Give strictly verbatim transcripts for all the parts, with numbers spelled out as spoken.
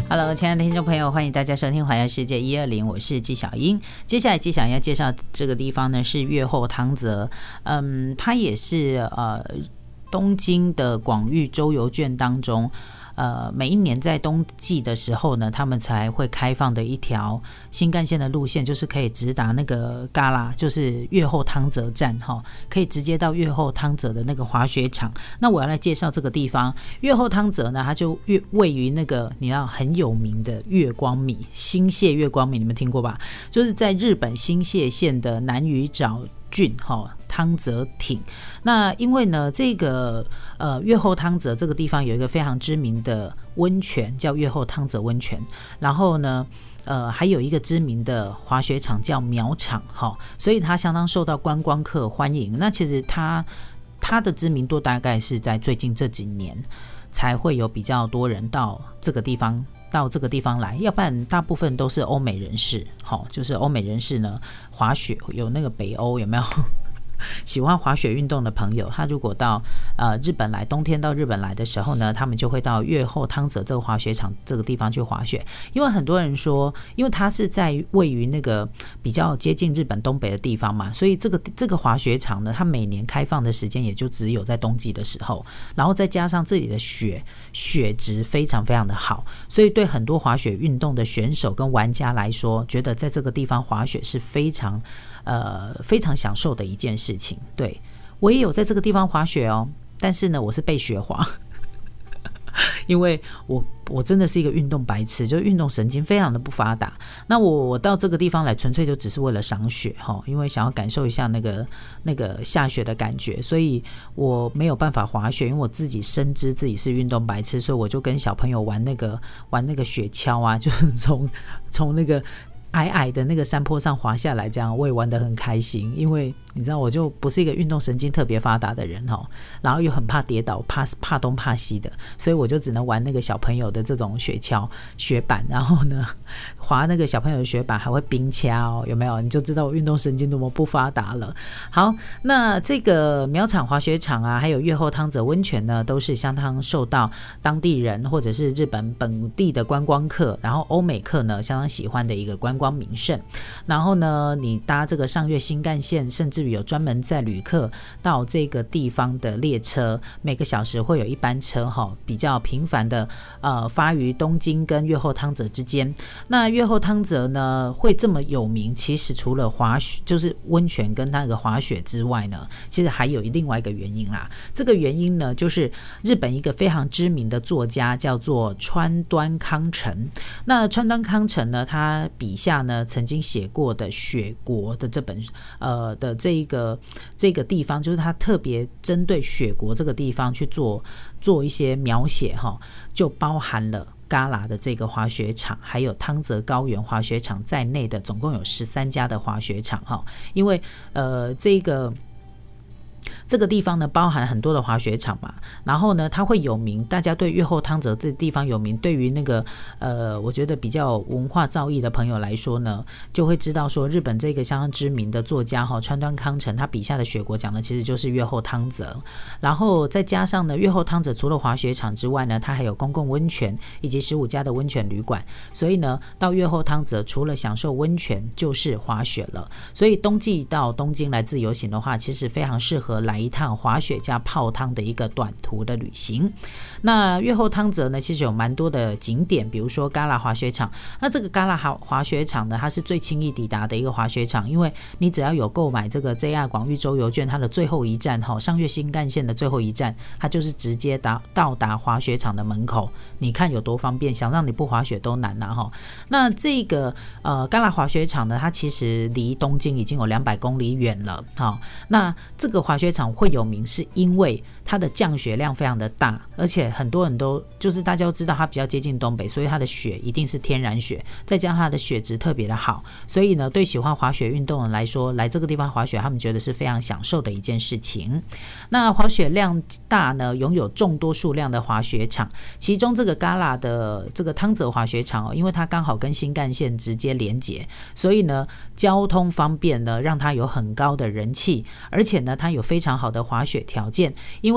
Hello， 亲爱的听众朋友，欢迎大家收听《环游世界一二零》，我是纪晓英。接下来纪晓英要介绍这个地方呢是越后汤泽，嗯，它也是呃东京的广域周游券当中。呃，每一年在冬季的时候呢，他们才会开放的一条新干线的路线，就是可以直达那个嘎啦，就是越后汤泽站哈，可以直接到越后汤泽的那个滑雪场。那我要来介绍这个地方，越后汤泽呢，它就位于那个你知道很有名的月光米新泻月光米，你们听过吧？就是在日本新泻县的南屿沼郡哈汤泽町。那因为呢，这个呃越后汤泽这个地方有一个非常知名的温泉叫越后汤泽温泉，然后呢呃还有一个知名的滑雪场叫苗场哈，所以它相当受到观光客欢迎。那其实它它的知名度大概是在最近这几年才会有比较多人到这个地方。到这个地方来，要不然大部分都是欧美人士，好，就是欧美人士呢滑雪有那个北欧有没有喜欢滑雪运动的朋友，他如果到呃日本来，冬天到日本来的时候呢，他们就会到越后汤泽这个滑雪场这个地方去滑雪。因为很多人说，因为它是在位于那个比较接近日本东北的地方嘛，所以这个这个滑雪场呢，它每年开放的时间也就只有在冬季的时候，然后再加上这里的雪雪质非常非常的好，所以对很多滑雪运动的选手跟玩家来说，觉得在这个地方滑雪是非常呃非常享受的一件事情。对，我也有在这个地方滑雪哦，但是呢我是被雪滑因为我我真的是一个运动白痴，就运动神经非常的不发达。那我我到这个地方来纯粹就只是为了赏雪，因为想要感受一下那个那个下雪的感觉，所以我没有办法滑雪，因为我自己深知自己是运动白痴，所以我就跟小朋友玩那个玩那个雪橇啊，就是从从那个矮矮的那个山坡上滑下来，这样我也玩得很开心。因为你知道我就不是一个运动神经特别发达的人，然后又很怕跌倒，怕怕东怕西的，所以我就只能玩那个小朋友的这种雪橇雪板，然后呢滑那个小朋友的雪板还会冰掐，有没有？你就知道我运动神经多么不发达了。好，那这个苗场滑雪场啊，还有越后汤泽温泉呢，都是相当受到当地人或者是日本本地的观光客，然后欧美客呢相当喜欢的一个观光名胜。然后呢，你搭这个上越新干线，甚至于有专门载旅客到这个地方的列车，每个小时会有一班车比较频繁的呃发于东京跟越后汤泽之间。那越后汤泽呢会这么有名，其实除了滑雪就是温泉跟那个滑雪之外呢，其实还有另外一个原因啦。这个原因呢，就是日本一个非常知名的作家叫做川端康成。那川端康成呢，他笔下呢曾经写过的《雪国》的这本呃的这一个这个地方，就是他特别针对雪国这个地方去做做一些描写哈，就包含了嘎啦的这个滑雪场，还有汤泽高原滑雪场在内的，总共有十三家的滑雪场哈。因为呃这个。这个地方呢包含很多的滑雪场嘛，然后呢它会有名，大家对越后汤泽这地方有名，对于那个呃我觉得比较文化造诣的朋友来说呢，就会知道说日本这个相当知名的作家哈川端康成，他笔下的雪国讲的其实就是越后汤泽。然后再加上呢，越后汤泽除了滑雪场之外呢，它还有公共温泉以及十五家的温泉旅馆，所以呢到越后汤泽除了享受温泉就是滑雪了。所以冬季到东京来自由行的话，其实非常适合来一趟滑雪加泡汤的一个短途的旅行。那越后汤泽呢，其实有蛮多的景点，比如说嘎啦滑雪场。那这个嘎啦滑雪场呢，它是最轻易抵达的一个滑雪场，因为你只要有购买这个 J R 广域周游券，它的最后一站上越新干线的最后一站，它就是直接达到达滑雪场的门口。你看有多方便，想让你不滑雪都难啊。那这个呃嘎啦滑雪场呢，它其实离东京已经有两百公里远了。那这个滑雪场会有名，是因为它的降雪量非常的大，而且很多人都就是大家都知道它比较接近东北，所以它的雪一定是天然雪，再加上它的雪质特别的好，所以呢对喜欢滑雪运动人来说，来这个地方滑雪他们觉得是非常享受的一件事情。那滑雪量大呢，拥有众多数量的滑雪场，其中这个嘎啦的这个汤泽滑雪场、哦、因为它刚好跟新干线直接连接，所以呢交通方便呢让它有很高的人气，而且呢它有非常好的滑雪条件，因为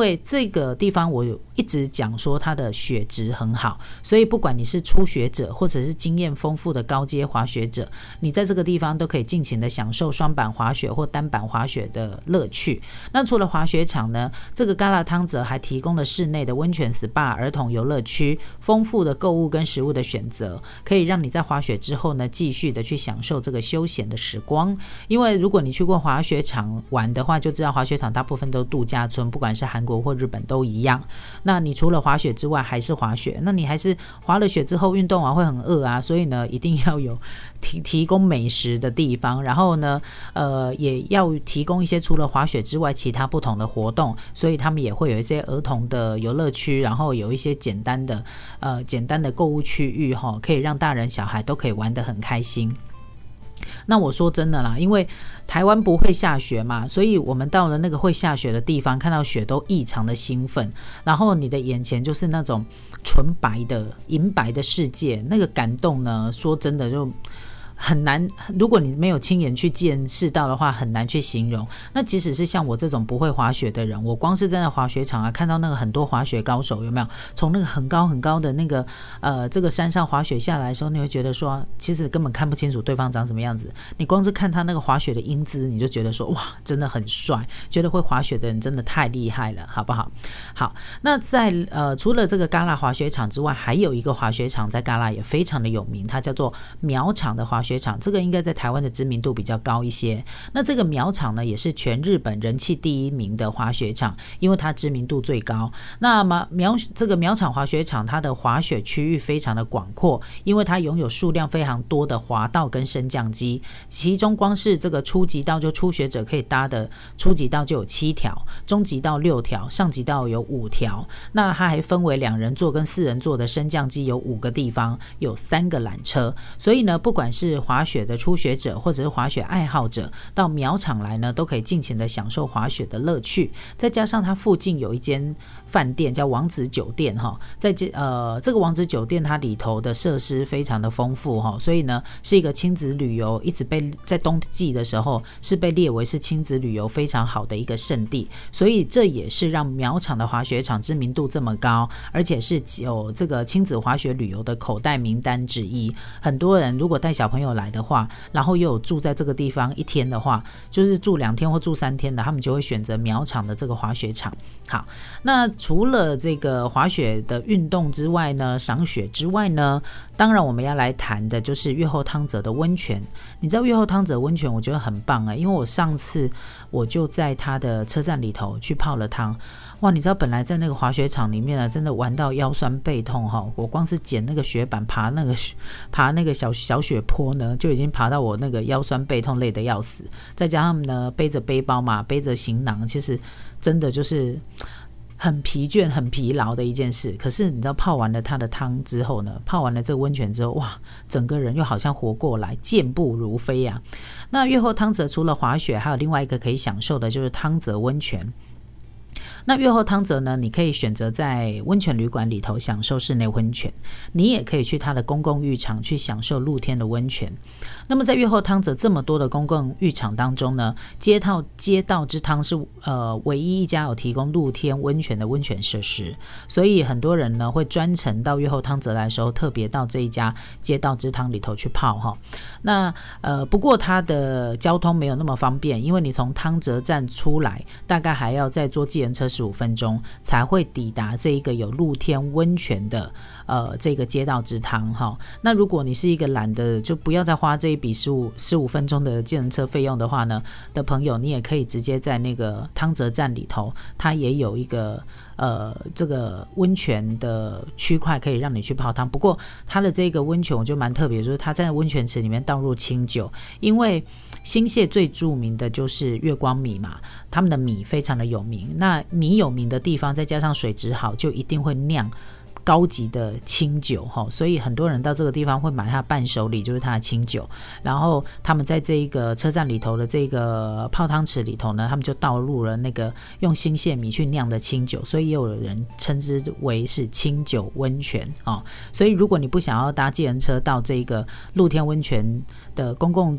为这个地方我一直讲说它的雪质很好，所以不管你是初学者或者是经验丰富的高阶滑雪者，你在这个地方都可以尽情的享受双板滑雪或单板滑雪的乐趣。那除了滑雪场呢，这个嘎拉汤泽还提供了室内的温泉 S P A、 儿童游乐区，丰富的购物跟食物的选择，可以让你在滑雪之后呢继续的去享受这个休闲的时光。因为如果你去过滑雪场玩的话，就知道滑雪场大部分都度假村，不管是韩国或日本都一样。那你除了滑雪之外还是滑雪，那你还是滑了雪之后运动完会很饿啊，所以呢一定要有 提, 提供美食的地方，然后呢呃也要提供一些除了滑雪之外其他不同的活动，所以他们也会有一些儿童的游乐区，然后有一些简单的呃简单的购物区域齁，可以让大人小孩都可以玩得很开心。那我说真的啦，因为台湾不会下雪嘛，所以我们到了那个会下雪的地方，看到雪都异常的兴奋，然后你的眼前就是那种纯白的银白的世界，那个感动呢，说真的就很难，如果你没有亲眼去见识到的话，很难去形容。那即使是像我这种不会滑雪的人，我光是在那滑雪场啊，看到那个很多滑雪高手，有没有从那个很高很高的那个呃这个山上滑雪下来的时候，你会觉得说，其实根本看不清楚对方长什么样子。你光是看他那个滑雪的英姿，你就觉得说，哇，真的很帅，觉得会滑雪的人真的太厉害了，好不好？好，那在呃除了这个嘎拉滑雪场之外，还有一个滑雪场在嘎拉也非常的有名，它叫做苗场的滑雪场。这个应该在台湾的知名度比较高一些。那这个苗场呢，也是全日本人气第一名的滑雪场，因为它知名度最高。那么苗这个苗场滑雪场，它的滑雪区域非常的广阔，因为它拥有数量非常多的滑道跟升降机，其中光是这个初级道，就初学者可以搭的初级道就有七条，中级道六条，上级道有五条。那它还分为两人座跟四人座的升降机有五个地方，有三个缆车。所以呢，不管是滑雪的初学者或者是滑雪爱好者，到苗场来呢，都可以尽情的享受滑雪的乐趣。再加上它附近有一间饭店叫王子酒店哈，在这呃这个王子酒店它里头的设施非常的丰富哈，所以呢是一个亲子旅游，一直被在冬季的时候是被列为是亲子旅游非常好的一个圣地，所以这也是让苗场的滑雪场知名度这么高，而且是有这个亲子滑雪旅游的口袋名单之一。很多人如果带小朋友来的话，然后又有住在这个地方一天的话，就是住两天或住三天的，他们就会选择苗场的这个滑雪场。好，那除了这个滑雪的运动之外呢，赏雪之外呢，当然我们要来谈的就是越后汤泽的温泉。你知道越后汤泽温泉我觉得很棒啊，因为我上次我就在他的车站里头去泡了汤。哇，你知道本来在那个滑雪场里面呢，真的玩到腰酸背痛哈！我光是捡那个雪板爬那个爬那个小小雪坡呢，就已经爬到我那个腰酸背痛，累得要死。再加上呢，背着背包嘛，背着行囊，其实真的就是很疲倦、很疲劳的一件事。可是你知道，泡完了它的汤之后呢，泡完了这个温泉之后，哇，整个人又好像活过来，健步如飞啊！那越后汤泽除了滑雪，还有另外一个可以享受的就是汤泽温泉。那越后汤泽呢，你可以选择在温泉旅馆里头享受室内温泉，你也可以去它的公共浴场去享受露天的温泉。那么在越后汤泽这么多的公共浴场当中呢，街道街道之汤是呃唯一一家有提供露天温泉的温泉设施，所以很多人呢会专程到越后汤泽来的时候，特别到这一家街道之汤里头去泡哈。那呃不过它的交通没有那么方便，因为你从汤泽站出来，大概还要再坐计程车十五分钟才会抵达这一个有露天温泉的呃这个街道之汤哈。那如果你是一个懒得就不要再花这一笔十五十五分钟的计程车费用的话呢的朋友，你也可以直接在那个汤泽站里头，它也有一个呃这个温泉的区块可以让你去泡汤。不过它的这个温泉我觉得蛮特别，就是它在温泉池里面倒入清酒，因为新泻最著名的就是月光米嘛，他们的米非常的有名，那米有名的地方再加上水质好，就一定会酿高级的清酒，所以很多人到这个地方会买它的伴手礼，就是它的清酒。然后他们在这个车站里头的这个泡汤池里头呢，他们就倒入了那个用新泻米去酿的清酒，所以也有人称之为是清酒温泉。所以如果你不想要搭计程车到这个露天温泉的公共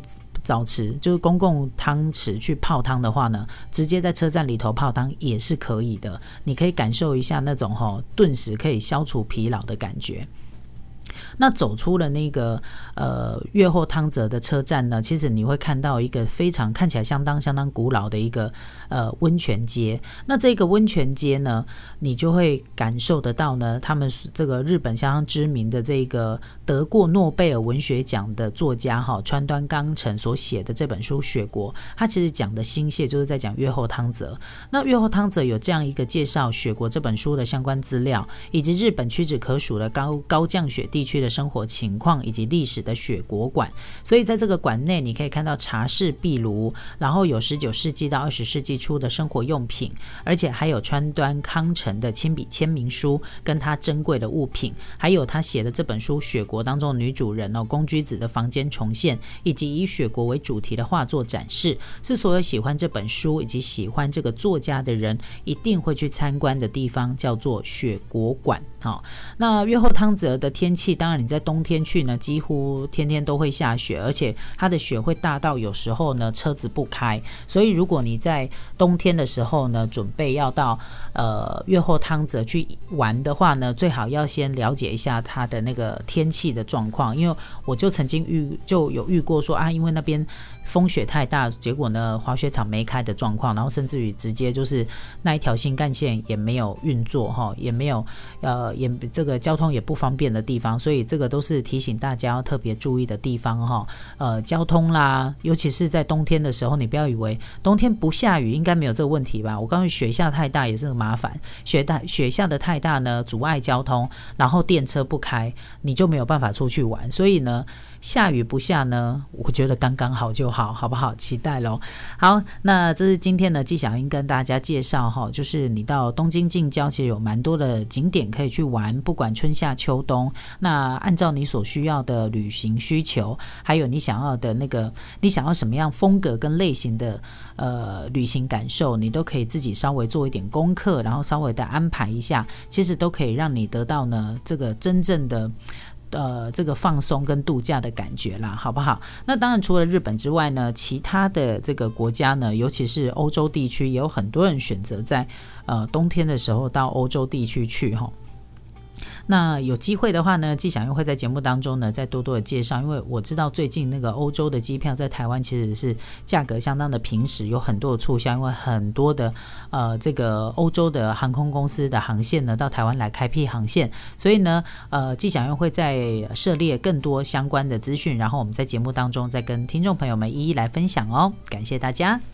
澡池，就是公共汤池去泡汤的话呢，直接在车站里头泡汤也是可以的，你可以感受一下那种、哦、顿时可以消除疲劳的感觉。那走出了那个呃越后汤泽的车站呢，其实你会看到一个非常看起来相当相当古老的一个呃温泉街。那这个温泉街呢，你就会感受得到呢，他们这个日本相当知名的这个得过诺贝尔文学奖的作家哈川端康成所写的这本书《雪国》，他其实讲的心血就是在讲越后汤泽。那越后汤泽有这样一个介绍《雪国》这本书的相关资料，以及日本屈指可数的高高降雪地区的生活情况以及历史的雪国馆。所以在这个馆内你可以看到茶室壁炉，然后有十九世纪到二十世纪初的生活用品，而且还有川端康成的亲笔签名书跟他珍贵的物品，还有他写的这本书《雪国》当中的女主人哦宫居子的房间重现，以及以雪国为主题的画作展示，是所有喜欢这本书以及喜欢这个作家的人一定会去参观的地方，叫做雪国馆。好，那越后汤泽的天气，当然你在冬天去呢，几乎天天都会下雪，而且它的雪会大到有时候呢车子不开，所以如果你在冬天的时候呢，准备要到呃越后汤泽去玩的话呢，最好要先了解一下它的那个天气的状况，因为我就曾经遇就有遇过说啊，因为那边风雪太大，结果呢滑雪场没开的状况，然后甚至于直接就是那一条新干线也没有运作哈，也没有呃也这个交通也不方便的地方，所以这个都是提醒大家要特别注意的地方哈。呃，交通啦，尤其是在冬天的时候，你不要以为冬天不下雨应该没有这个问题吧？我告诉你，雪下太大也是个麻烦，雪大雪下的太大呢，阻碍交通，然后电车不开，你就没有办法出去玩，所以呢。下雨不下呢，我觉得刚刚好就好，好不好？期待咯。好，那这是今天呢，纪晓英跟大家介绍哈，就是你到东京近郊，其实有蛮多的景点可以去玩，不管春夏秋冬。那按照你所需要的旅行需求，还有你想要的那个，你想要什么样风格跟类型的呃旅行感受，你都可以自己稍微做一点功课，然后稍微的安排一下，其实都可以让你得到呢这个真正的。呃，这个放松跟度假的感觉啦，好不好？那当然，除了日本之外呢，其他的这个国家呢，尤其是欧洲地区，也有很多人选择在呃冬天的时候到欧洲地区去哈。那有机会的话呢，纪晓英会在节目当中呢再多多的介绍，因为我知道最近那个欧洲的机票在台湾其实是价格相当的平实，有很多的促销，因为很多的呃这个欧洲的航空公司的航线呢到台湾来开辟航线，所以呢呃纪晓英会在涉猎更多相关的资讯，然后我们在节目当中再跟听众朋友们一一来分享哦，感谢大家。